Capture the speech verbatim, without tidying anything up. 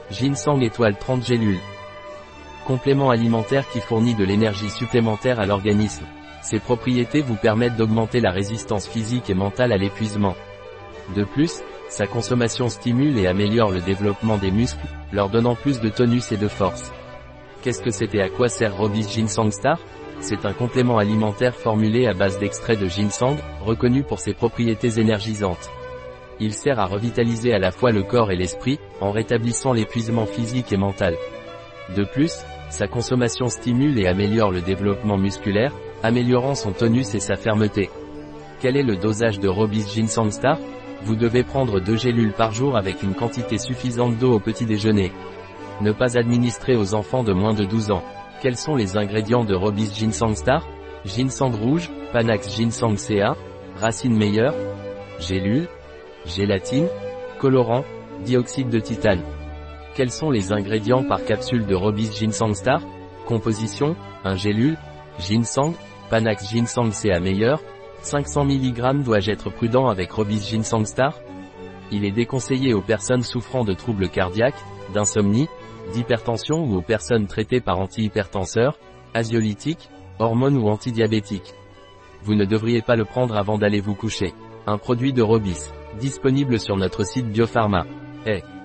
Ginseng étoile trente gélules. Complément alimentaire qui fournit de l'énergie supplémentaire à l'organisme. Ses propriétés vous permettent d'augmenter la résistance physique et mentale à l'épuisement. De plus, sa consommation stimule et améliore le développement des muscles, leur donnant plus de tonus et de force. Qu'est-ce que c'est et à quoi sert Robis Ginseng Star? C'est un complément alimentaire formulé à base d'extrait de ginseng, reconnu pour ses propriétés énergisantes. Il sert à revitaliser à la fois le corps et l'esprit, en rétablissant l'épuisement physique et mental. De plus, sa consommation stimule et améliore le développement musculaire, améliorant son tonus et sa fermeté. Quel est le dosage de Robis Ginseng Star? Vous devez prendre deux gélules par jour avec une quantité suffisante d'eau au petit déjeuner. Ne pas administrer aux enfants de moins de douze ans. Quels sont les ingrédients de Robis Ginseng Star? Ginseng rouge, Panax Ginseng C A, racine meilleure, gélules, gélatine, colorant, dioxyde de titane. Quels sont les ingrédients par capsule de Robis Ginseng Star? Composition, un gélule, ginseng, Panax Ginseng C A meilleur, cinq cents milligrammes. Dois-je être prudent avec Robis Ginseng Star? Il est déconseillé aux personnes souffrant de troubles cardiaques, d'insomnie, d'hypertension ou aux personnes traitées par antihypertenseurs, anxiolytiques, hormones ou antidiabétiques. Vous ne devriez pas le prendre avant d'aller vous coucher. Un produit de Robis, disponible sur notre site Biopharma. Hey.